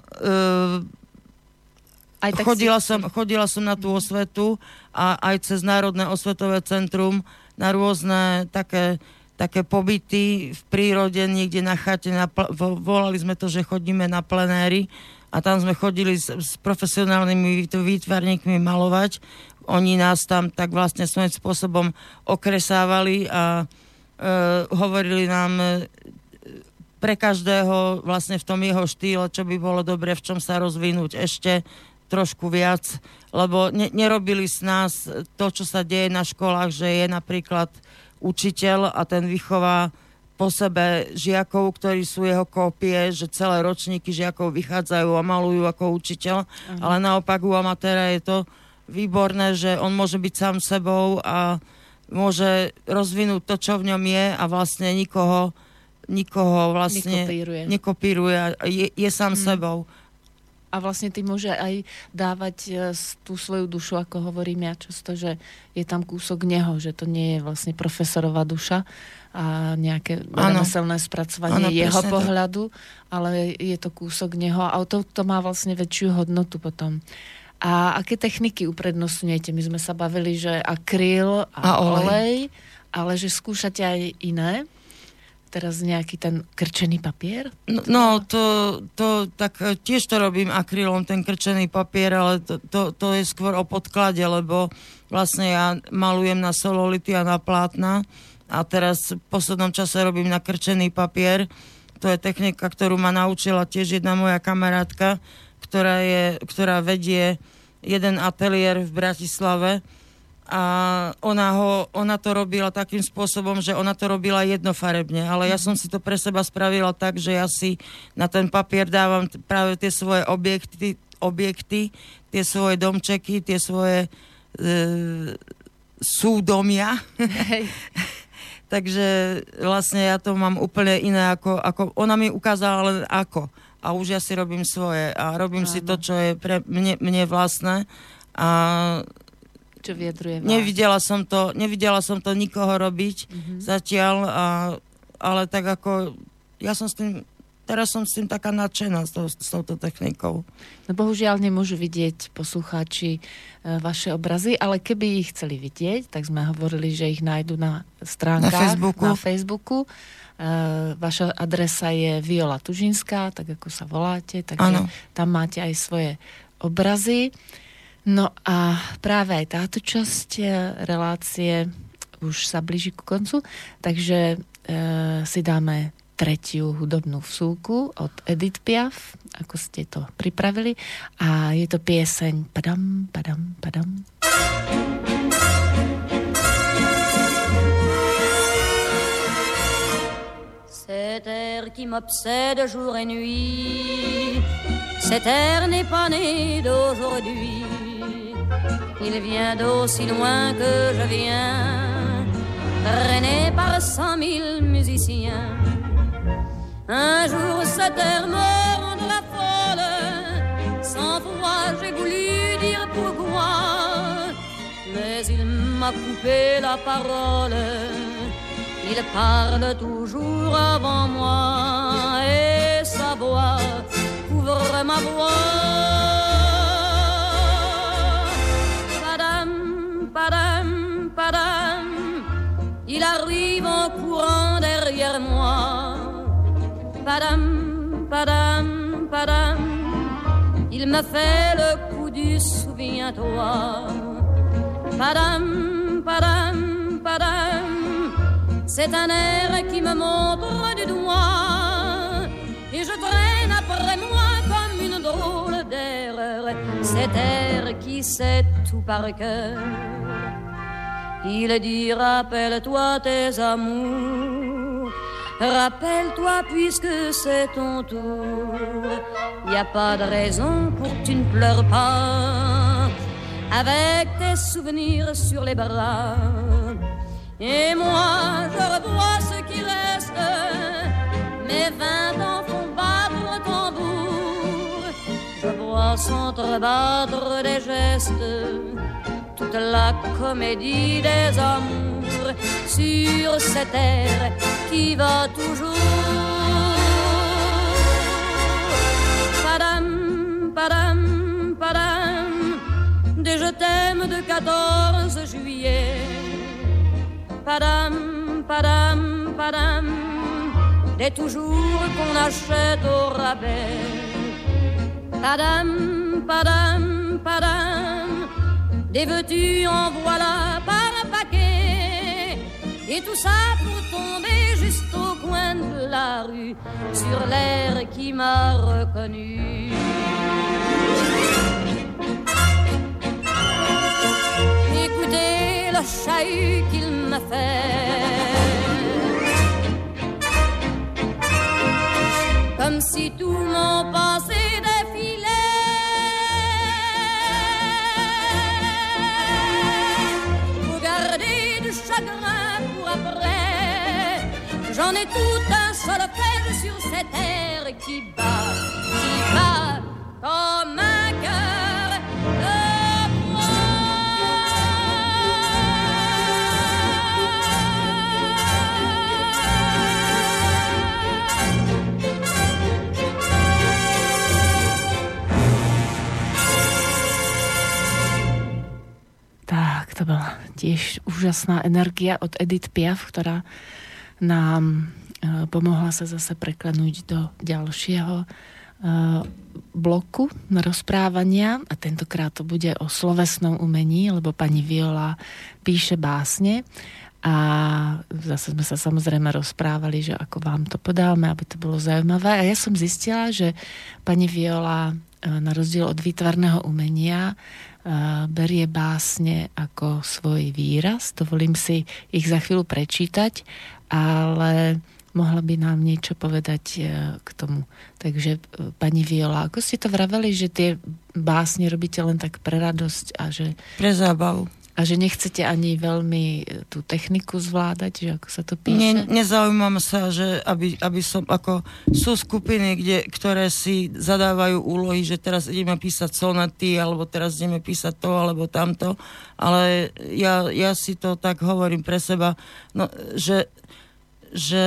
C: e, aj chodila, si... som, chodila som na tú osvetu a aj cez Národné osvetové centrum na rôzne také, také pobyty v prírode, niekde na chate, na pl- volali sme to, že chodíme na plenéry a tam sme chodili s, s profesionálnymi výtvarníkmi malovať. Oni nás tam tak vlastne svojím spôsobom okresávali a e, hovorili nám e, pre každého vlastne v tom jeho štýle, čo by bolo dobre, v čom sa rozvinúť ešte trošku viac, lebo ne, nerobili z nás to, čo sa deje na školách, že je napríklad učiteľ a ten vychová po sebe žiakov, ktorí sú jeho kópie, že celé ročníky žiakov vychádzajú a malujú ako učiteľ, uh-huh. ale naopak u amatéra je to výborné, že on môže byť sám sebou a môže rozvinúť to, čo v ňom je a vlastne nikoho, nikoho vlastne nekopíruje, nekopíruje a je, je sám hmm. sebou.
A: A vlastne ty môže aj dávať tú svoju dušu, ako hovorím ja často, že je tam kúsok neho, že to nie je vlastne profesorová duša a nejaké remeselné spracovanie ano, jeho pohľadu, to. Ale je to kúsok neho a to, to má vlastne väčšiu hodnotu potom. A aké techniky uprednostňujete? My sme sa bavili, že akryl a, a olej. olej, ale že skúšate aj iné? Teraz nejaký ten krčený papier?
C: No, no to, to tak tiež to robím akrylom, ten krčený papier, ale to, to, to je skôr o podklade, lebo vlastne ja malujem na sololity a na plátna a teraz v poslednom čase robím na krčený papier. To je technika, ktorú ma naučila tiež jedna moja kamarátka, ktorá, je, ktorá vedie jeden ateliér v Bratislave a ona, ho, ona to robila takým spôsobom, že ona to robila jednofarebne, ale ja som si to pre seba spravila tak, že ja si na ten papier dávam práve tie svoje objekty, objekty tie svoje domčeky, tie svoje e, súdomia. Hej. Takže vlastne ja to mám úplne iné ako, ako ona mi ukázala len ako. A už ja si robím svoje a robím Áno. si to, čo je pre mne, mne vlastné. A
A: čo vyjadruje vás.
C: Nevidela som to, nevidela som to nikoho robiť mm-hmm. zatiaľ, a, ale tak ako ja som s tým, teraz som s tým taká nadšená s, to, s touto technikou.
A: No bohužiaľ nemôžu vidieť poslucháči e, vaše obrazy, ale keby ich chceli vidieť, tak sme hovorili, že ich nájdu na stránkach
C: na Facebooku.
A: Na Facebooku. Uh, vaša adresa je Viola Tužinská, tak ako sa voláte, takže ano. Tam máte aj svoje obrazy. No a práve aj táto časť relácie už sa blíži ku koncu, takže uh, si dáme tretiu hudobnú vsúku od Edith Piaf, ako ste to pripravili, a je to pieseň Padam, padam, padam.
B: Cet air qui m'obsède jour et nuit, cet air n'est pas né d'aujourd'hui. Il vient d'aussi loin que je viens, traîné par cent mille musiciens. Un jour cet air me rendra folle, cent fois j'ai voulu dire pourquoi, mais il m'a coupé la parole. Il parle toujours avant moi et sa voix couvre ma voix. Padam, padam, padam, il arrive en courant derrière moi. Padam, padam, padam, il me fait le coup du souviens-toi. Padam, padam, padam, c'est un air qui me montre du doigt et je traîne après moi comme une drôle d'erreur cet air qui sait tout par cœur. Il dit rappelle-toi tes amours, Rappelle-toi puisque c'est ton tour, y a pas de raison pour que tu ne pleures pas, avec tes souvenirs sur les bras. Et moi je revois ce qui reste, mes vingt ans font battre le tambour, je vois s'entrebattre des gestes, toute la comédie des amours sur cette air qui va toujours. Padam, padam, padam, des je t'aime de quatorze juillet. Padam, padam, padam, des toujours qu'on achète au rabais. Padam, padam, padam, des veux-tu en voilà par un paquet. Et tout ça pour tomber juste au coin de la rue, sur l'air qui m'a reconnu. Écoutez le chahut qu'il m'a fait, comme si tout mon passé défilait. Faut garder du chagrin pour après, j'en ai tout un solfège sur cette terre qui bat, qui bat comme un cœur de bois.
A: Tak, to bola tiež úžasná energia od Edith Piaf, ktorá nám pomohla sa zase preklenúť do ďalšieho bloku rozprávania a tentokrát to bude o slovesnom umení, lebo pani Viola píše básne a zase sme sa samozrejme rozprávali, že ako vám to podáme, aby to bolo zaujímavé. A ja som zistila, že pani Viola na rozdiel od výtvarného umenia berie básne ako svoj výraz. Dovolím si ich za chvíľu prečítať, ale mohla by nám niečo povedať k tomu. Takže pani Viola, ako ste to vraveli, že tie básne robíte len tak pre radosť a že...
C: Pre zábavu.
A: A že nechcete ani veľmi tú techniku zvládať, že ako sa to píše?
C: Ne, nezaujímam sa, že aby, aby som, ako sú skupiny, kde, ktoré si zadávajú úlohy, že teraz ideme písať sonaty, alebo teraz ideme písať to, alebo tamto, ale ja, ja si to tak hovorím pre seba, no, že, že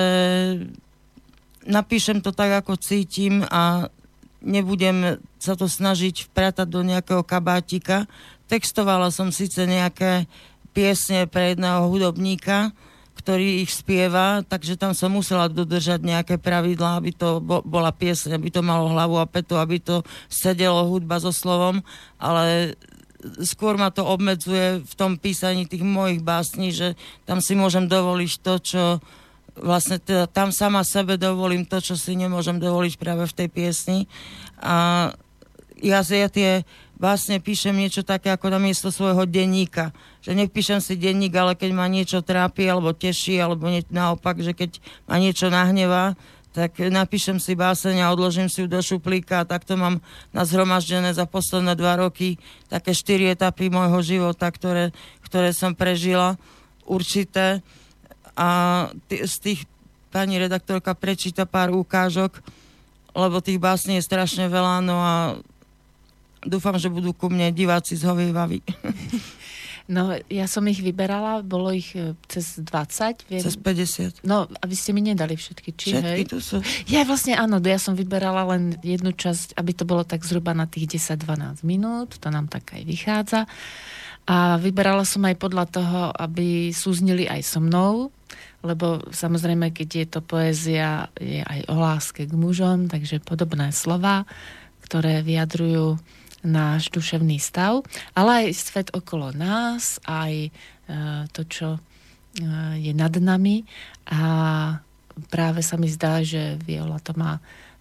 C: napíšem to tak, ako cítim a nebudem sa to snažiť vpratať do nejakého kabátika. Textovala som síce nejaké piesne pre jedného hudobníka, ktorý ich spieva, takže tam som musela dodržať nejaké pravidlá, aby to bo, bola pieseň, aby to malo hlavu a petu, aby to sedelo hudba so slovom, ale skôr ma to obmedzuje v tom písaní tých mojich básní, že tam si môžem dovoliť to, čo vlastne teda tam sama sebe dovolím to, čo si nemôžem dovoliť práve v tej piesni. A ja, ja tie vlastne píšem niečo také ako namiesto svojho denníka. Že nepíšem si denník, ale keď ma niečo trápi, alebo teší, alebo nie, naopak, že keď ma niečo nahnevá, tak napíšem si báseň a odložím si ju do šuplíka a takto mám nazhromaždené za posledné dva roky také štyri etapy môjho života, ktoré, ktoré som prežila určité. A t- z tých pani redaktorka prečíta pár ukážok, lebo tých básní je strašne veľa, no a dúfam, že budú ku mne diváci zhovievaví.
A: No, ja som ich vyberala, bolo ich cez dvadsať. Viem.
C: Cez päťdesiat.
A: No, aby ste mi nedali všetky, či
C: všetky
A: hej?
C: tu sú.
A: Ja vlastne áno, ja som vyberala len jednu časť, aby to bolo tak zhruba na tých desať dvanásť minút, to nám tak aj vychádza. A vyberala som aj podľa toho, aby súznili aj so mnou, lebo samozrejme, keď je to poézia, je aj o láske k mužom, takže podobné slova, ktoré vyjadrujú náš duševný stav, ale aj svet okolo nás, aj e, to, čo e, je nad nami a práve sa mi zdá, že Viola to má e,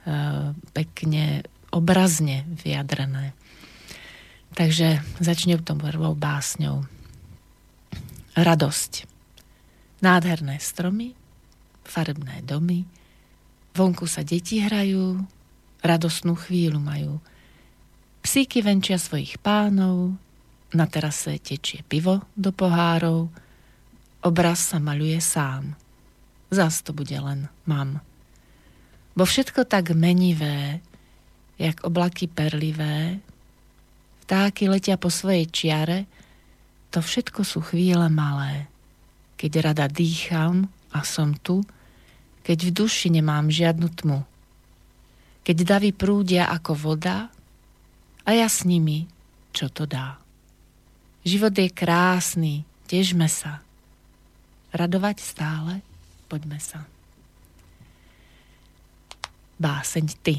A: pekne obrazne vyjadrené. Takže začnem tou prvou básňou. Radosť. Nádherné stromy, farebné domy, vonku sa deti hrajú, radosnú chvíľu majú. Psíky venčia svojich pánov, na terase tečie pivo do pohárov, obraz sa maľuje sám. Zas to bude len mám. Bo všetko tak menivé, jak oblaky perlivé, vtáky letia po svojej čiare, to všetko sú chvíle malé. Keď rada dýcham a som tu, keď v duši nemám žiadnu tmu. Keď davy prúdia ako voda a ja s nimi, čo to dá. Život je krásny, težme sa. Radovať stále, poďme sa. Báseň Ty.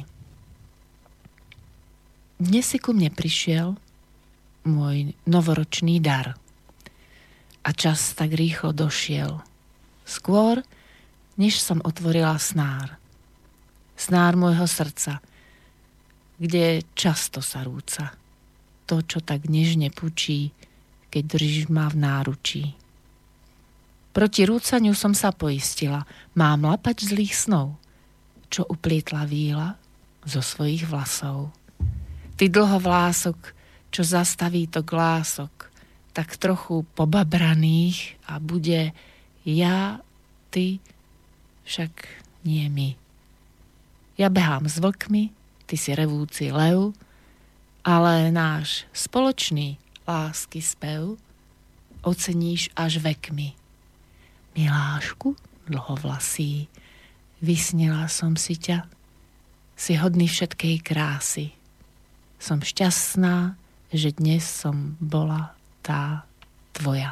A: Dnes si ku mne prišiel môj novoročný dar. A čas tak rýchlo došiel. Skôr, než som otvorila snár. Snár môjho srdca, kde často sa rúca. To, čo tak nežne pučí, keď držíš ma v náručí. Proti rúcaniu som sa poistila. Mám lapač zlých snov, čo uplietla víla zo svojich vlasov. Ty dlhovlások, čo zastaví to glások, tak trochu pobabraných a bude ja, ty, však nie my. Ja behám s vlkmi, ty si revúci lev, ale náš spoločný lásky spev oceníš až vekmi. Milášku, dlhovlasý, vysnila som si ťa, si hodný všetkej krásy. Som šťastná, že dnes som bola tá tvoja.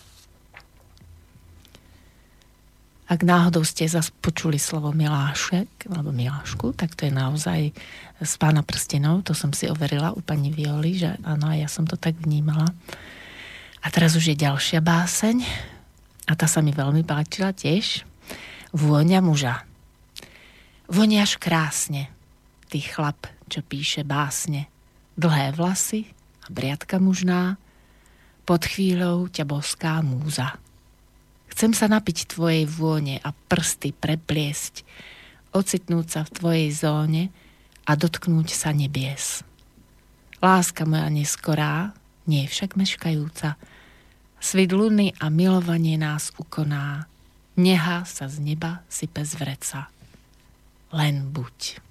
A: Ak náhodou ste zas počuli slovo Milášek alebo Milášku, tak to je naozaj z Pána prstenov. To som si overila u pani Violy, že áno, ja som to tak vnímala. A teraz už je ďalšia báseň a tá sa mi veľmi páčila tiež. Vôňa muža. Voniaš krásne, ty chlap, čo píše básne. Dlhé vlasy a briadka mužná, pod chvíľou ťa boská múza. Chcem sa napiť tvojej vône a prsty prepliesť, ocitnúť sa v tvojej zóne a dotknúť sa nebies. Láska moja neskorá, nie však meškajúca, svit luny a milovanie nás ukoná, neha sa z neba sype z vreca. Len buď.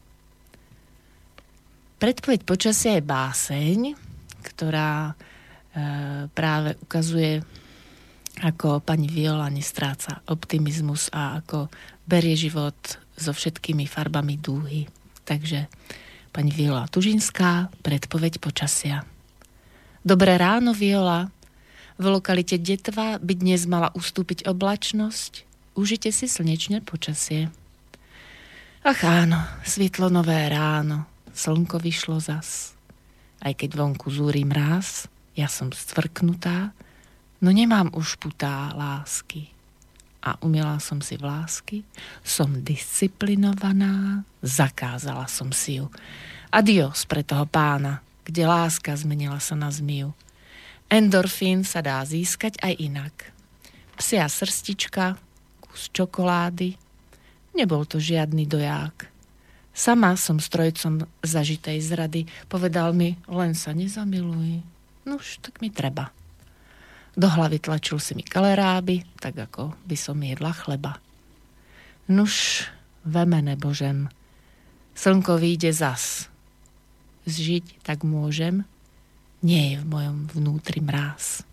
A: Predpoveď počasia je báseň, ktorá e, práve ukazuje, ako pani Viola nestráca optimizmus a ako berie život so všetkými farbami dúhy. Takže pani Viola Tužinská, predpoveď počasia. Dobré ráno, Viola. V lokalite Detva by dnes mala ustúpiť oblačnosť. Užite si slnečné počasie. Ach áno, svietlo nové ráno. Slnko vyšlo zas. Aj keď vonku zúri mráz, ja som stvrknutá, no nemám už putá lásky. A umiela som si vlásky, som disciplinovaná, zakázala som si ju. Adios pre toho pána, kde láska zmenila sa na zmiju. Endorfín sa dá získať aj inak. Psia srstička, kus čokolády, nebol to žiadny doják. Sama som strojcom zažitej zrady, povedal mi, len sa nezamiluj. Nuž, tak mi treba. Do hlavy tlačil si mi kaleráby, tak ako by som jedla chleba. Nuž, vemene Božem, slnko vyjde zas. Zžiť tak môžem, nie je v mojom vnútri mráz.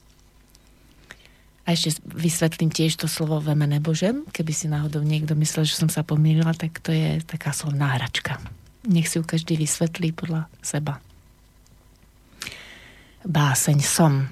A: A ešte vysvetlím tiež to slovo vemene Božem, keby si náhodou niekto myslel, že som sa pomýlila, tak to je taká slovná hračka. Nech si ju každý vysvetlí podľa seba. Báseň Som.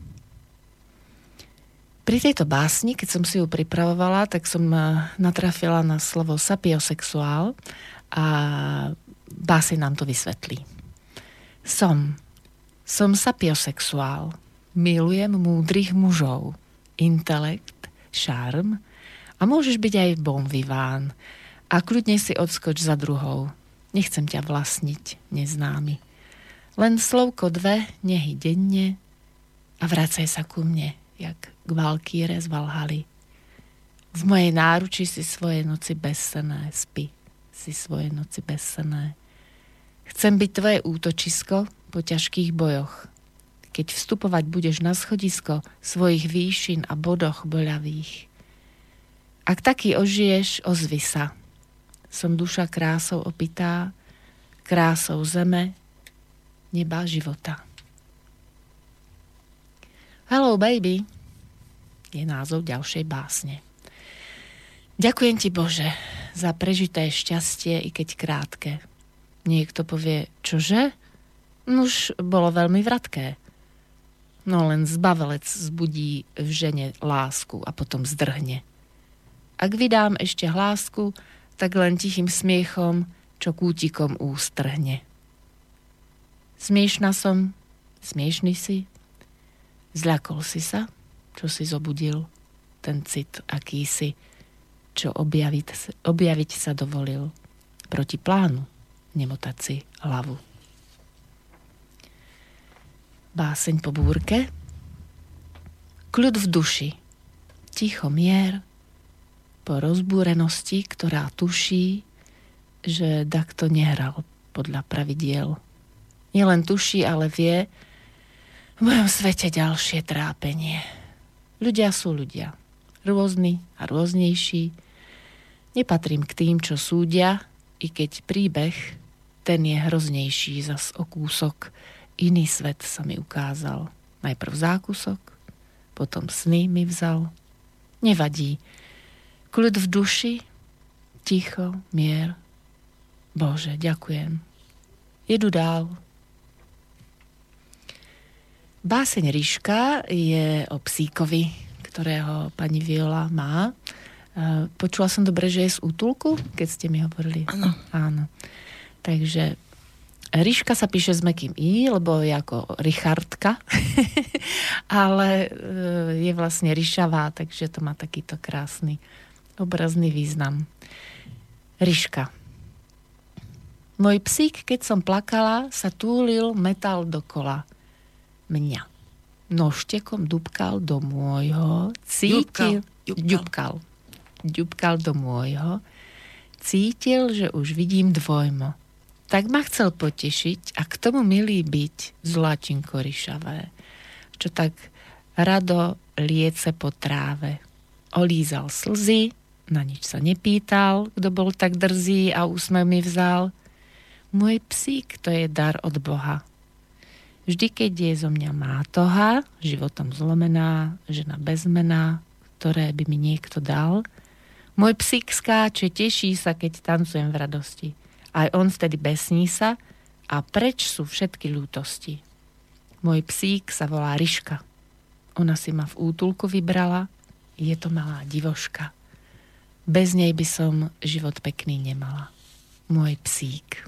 A: Pri tejto básni, keď som si ju pripravovala, tak som natrafila na slovo sapiosexuál a báseň nám to vysvetlí. Som. Som sapiosexuál. Milujem múdrych mužov. Intelekt, šarm a môžeš byť aj bon vivant. A kľudne si odskoč za druhou. Nechcem ťa vlastniť, neznámy. Len slovko dve, nehy denne a vracaj sa ku mne, jak k Valkýre z Valhaly. V mojej náruči si svoje noci bezsenné, spí si svoje noci bezsenné. Chcem byť tvoje útočisko po ťažkých bojoch. Keď vstupovať budeš na schodisko svojich výšin a bodoch boľavých. Ak taký ožiješ, ozvi sa. Som duša krásou opitá, krásou zeme, neba, života. Hello baby je názov ďalšej básne. Ďakujem ti, Bože, za prežité šťastie, i keď krátke. Niekto povie, čože? Nuž, bolo veľmi vratké. No len zbavelec zbudí v žene lásku a potom zdrhne. Ak vydám ešte hlásku, tak len tichým smiechom, čo kútikom ústrhne. Smiešna som, smiešný si, zľakol si sa, čo si zobudil, ten cit akýsi, čo objaviť, objaviť sa dovolil, proti plánu nemotať si hlavu. Báseň po búrke. Kľud v duši, ticho mier, po rozbúrenosti, ktorá tuší, že dakto nehral podľa pravidiel. Nielen tuší, ale vie, v mojom svete ďalšie trápenie. Ľudia sú ľudia, rôzni a rôznejší. Nepatrím k tým, čo súdia, i keď príbeh, ten je hroznejší zas o kúsok. Iný svet sa mi ukázal. Najprv zákusok, potom sny mi vzal. Nevadí. Kľud v duši, ticho, mier. Bože, ďakujem. Jedu dál. Báseň Ríška je o psíkovi, ktorého pani Viola má. Počula som dobre, že je z útulku, keď ste mi hovorili.
C: Áno.
A: Áno. Takže Ríška sa píše s mäkkým i, lebo je ako Richardka, ale je vlastne ríšavá, takže to má takýto krásny obrazný význam. Ríška. Môj psík, keď som plakala, sa túlil metal dokola mňa. Nožtekom dúbkal do môjho, cítil... Ďubkal. Ďubkal do môjho, cítil, že už vidím dvojmo. Tak ma chcel potešiť a k tomu milý byť zlatinko ryšavé, čo tak rado liece po tráve. Olízal slzy, na nič sa nepýtal, kto bol tak drzý a úsmev mi vzal. Môj psík, to je dar od Boha. Vždy, keď je zo mňa mátoha, životom zlomená, žena bezmená, ktoré by mi niekto dal, môj psík skáče, teší sa, keď tancujem v radosti. Aj on vtedy besní sa a preč sú všetky ľútosti. Môj psík sa volá Ryška. Ona si ma v útulku vybrala, je to malá divoška. Bez nej by som život pekný nemala. Môj psík.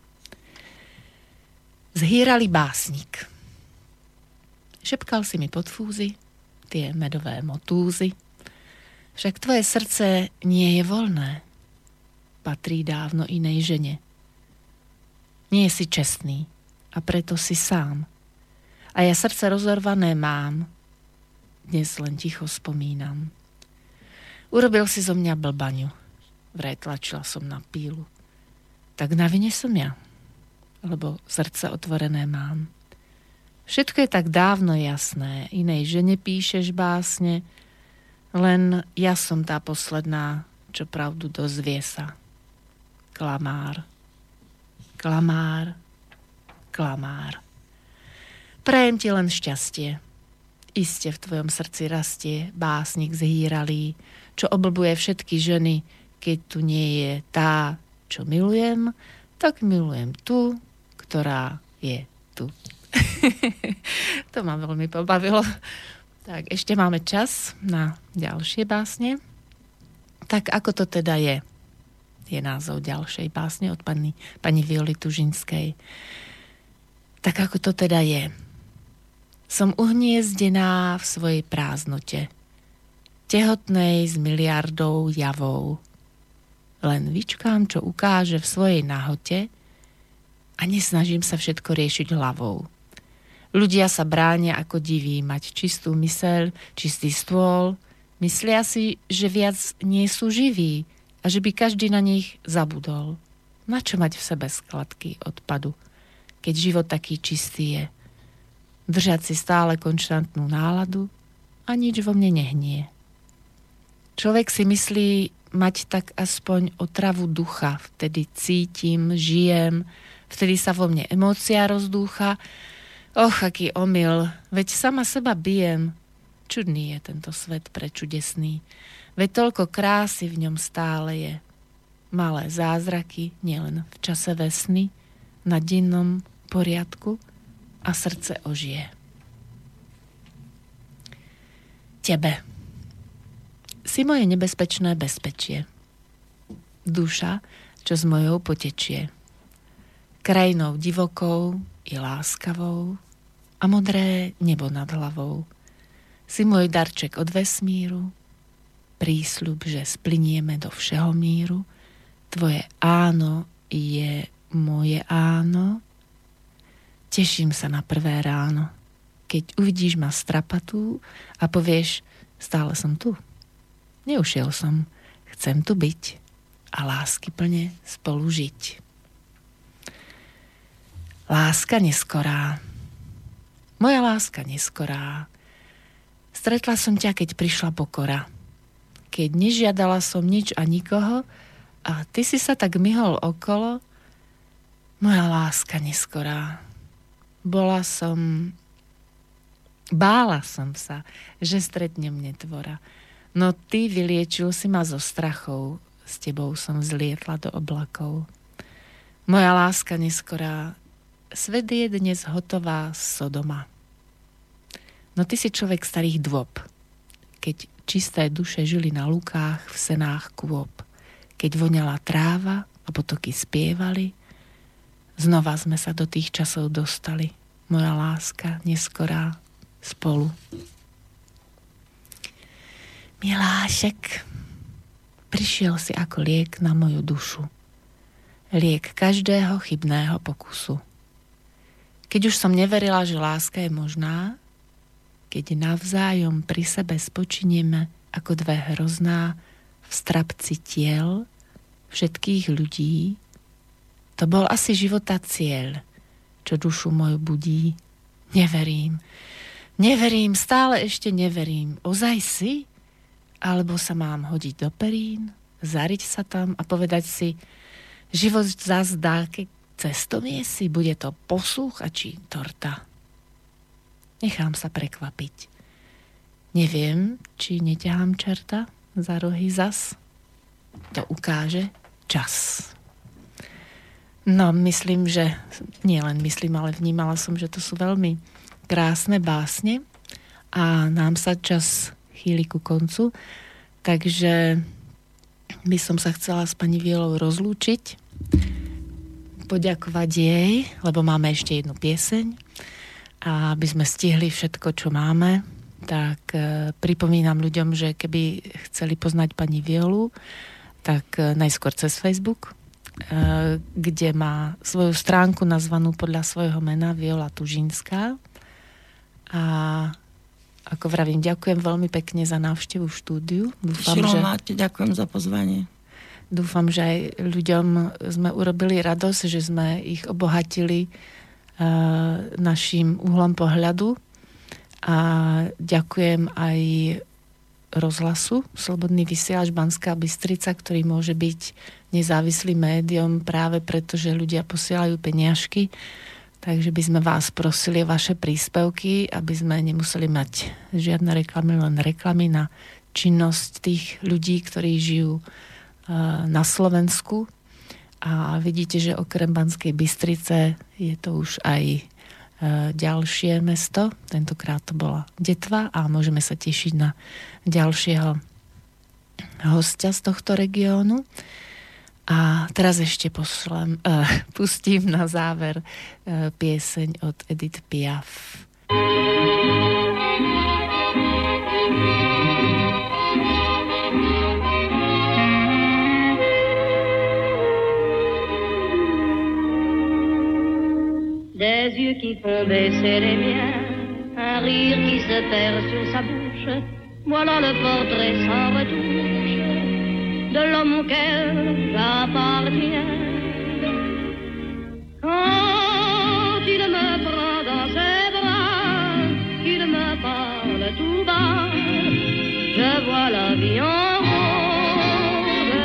A: Zhýrali básnik. Šepkal si mi pod fúzy tie medové motúzy. Však tvoje srdce nie je voľné. Patrí dávno inej žene. Nie si čestný a preto si sám. A ja srdce rozorvané mám. Dnes len ticho spomínam. Urobil si zo mňa blbaňu. Vraj tlačila som na pílu. Tak na vine som ja, lebo srdce otvorené mám. Všetko je tak dávno jasné. Inej žene píšeš básne, len ja som tá posledná, čo pravdu dozvie sa. Klamár, klamár, klamár. Prajem ti len šťastie. Iste v tvojom srdci rastie básnik zhýralý, čo oblbuje všetky ženy, keď tu nie je tá, čo milujem, tak milujem tú, ktorá je tu. To ma veľmi pobavilo. Tak, ešte máme čas na ďalšie básne. Tak ako to teda je? Je názov ďalšej básne od pani, pani Violy Tužinskej. Tak ako to teda je? Som uhniezdená v svojej prázdnote, tehotnej s miliardou javov. Len vyčkám, čo ukáže v svojej nahote a nesnažím sa všetko riešiť hlavou. Ľudia sa bránia ako diví mať čistú myseľ, čistý stôl, Myslia si, že viac nie sú živí a že by každý na nich zabudol. Na čo mať v sebe skladky odpadu, keď život taký čistý je? Držať si stále konštantnú náladu a nič vo mne nehnie. Človek si myslí mať tak aspoň otravu ducha, vtedy cítim, žijem, vtedy sa vo mne emócia rozdúcha. Och, aký omyl, veď sama seba bijem. Čudný je tento svet prečudesný, veď toľko krásy v ňom stále je. Malé zázraky, nielen v čase vesny, na dennom poriadku a srdce ožije. Tebe. Si moje nebezpečné bezpečie. Duša, čo s mojou potečie. Krajinou divokou i láskavou a modré nebo nad hlavou. Si môj darček od vesmíru, prísľub, že splinieme do všeho míru. Tvoje áno je moje áno. Teším sa na prvé ráno, keď uvidíš ma strapatú a povieš, stále som tu. Neušiel som, chcem tu byť a láskyplne spolu žiť. Láska neskorá. Moja láska neskorá. Stretla som ťa, keď prišla pokora. Keď nežiadala som nič a nikoho a ty si sa tak myhol okolo. Moja láska neskorá. Bola som... Bála som sa, že stretnem netvora. No ty vyliečil si ma zo strachov. S tebou som zlietla do oblakov. Moja láska neskorá. Svet je dnes hotová Sodoma. No ty si človek starých dôb. Keď čisté duše žili na lukách v senách kôp. Keď voňala tráva a potoky spievali, znova sme sa do tých časov dostali. Moja láska neskorá spolu. Milášek, prišiel si ako liek na moju dušu. Liek každého chybného pokusu. Keď už som neverila, že láska je možná, keď navzájom pri sebe spočinieme ako dve hrozná v strapci tiel všetkých ľudí, to bol asi života cieľ, čo dušu moju budí. Neverím. Neverím, stále ešte neverím. Ozaj si? Alebo sa mám hodiť do perín, zariť sa tam a povedať si, život zás dáke cestom je si, bude to posluch a či torta. Nechám sa prekvapiť. Neviem, či neťahám čerta za rohy zas. To ukáže čas. No, myslím, že... Nie len myslím, ale vnímala som, že to sú veľmi krásne básne a nám sa čas chýli ku koncu. Takže by som sa chcela s pani Vielou rozlúčiť. Poďakovať jej, lebo máme ešte jednu pieseň. A aby sme stihli všetko, čo máme, tak e, pripomínam ľuďom, že keby chceli poznať pani Violu, tak e, najskôr cez Facebook, e, kde má svoju stránku nazvanú podľa svojho mena Viola Tužinská. A ako vravím, ďakujem veľmi pekne za návštevu v štúdiu. Dúfam, že...
C: máte, ďakujem za pozvanie.
A: Dúfam, že aj ľuďom sme urobili radosť, že sme ich obohatili naším uhlom pohľadu a ďakujem aj rozhlasu Slobodný vysielač Banská Bystrica, ktorý môže byť nezávislým médium práve preto, že ľudia posielajú peniažky, takže by sme vás prosili o vaše príspevky, aby sme nemuseli mať žiadne reklamy, len reklamy na činnosť tých ľudí, ktorí žijú na Slovensku. A vidíte, že okrem Banskej Bystrice je to už aj e, ďalšie mesto. Tentokrát to bola Detva a môžeme sa tešiť na ďalšieho hostia z tohto regiónu. A teraz ešte poslem, e, pustím na záver e, pieseň od Edith Piaf.
B: Des yeux qui font baisser les miens, un rire qui se perd sur sa bouche, Voilà le portrait sans retouche de l'homme auquel j'appartiens. Quand il me prend dans ses bras, qu'il me parle tout bas, je vois la vie en rose.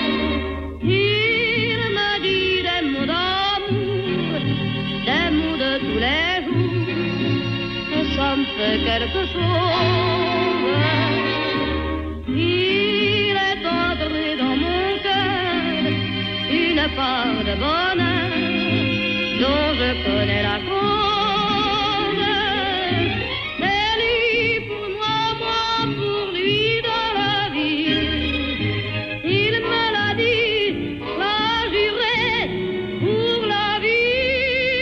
B: Il me dit des mots d'amour, des mots de tous les jours, et ça me fait quelque chose. Il est entré dans mon cœur une part de bonheur dont je connais la cause. C'est lui pour moi, moi pour lui dans la vie. Il me l'a dit, l'a juré pour la vie.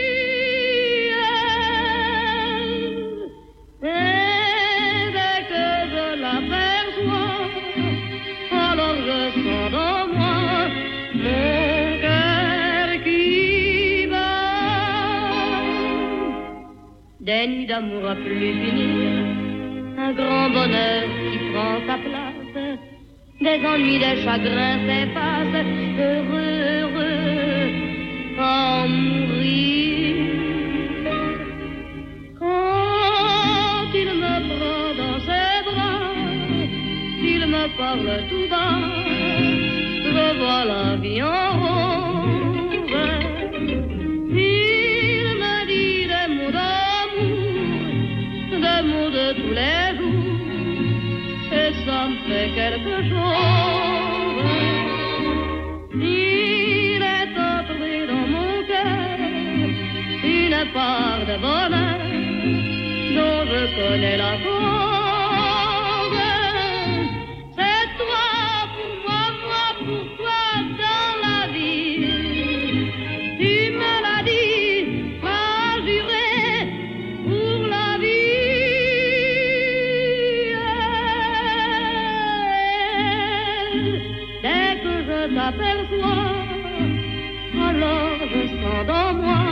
B: Et dès que je l'aperçois, alors je sens dans moi mon cœur qui bat. Des nuits d'amour à plus finir, un grand bonheur qui prend sa place, des ennuis, des chagrins s'effacent, heureux, heureux, en mourir. Quand il me prend dans ses bras, il me parle tout bas, je vois la vie en rose. Il me dit des mots d'amour, des mots de tous les jours, et ça me fait quelque chose. Il est entré dans mon cœur une part de bonheur dont je connais la cause. C'est toi pour moi, moi pour toi dans la vie. Tu me l'as dit, m'as juré pour la vie. Dès que je t'aperçois, alors je sens dans moi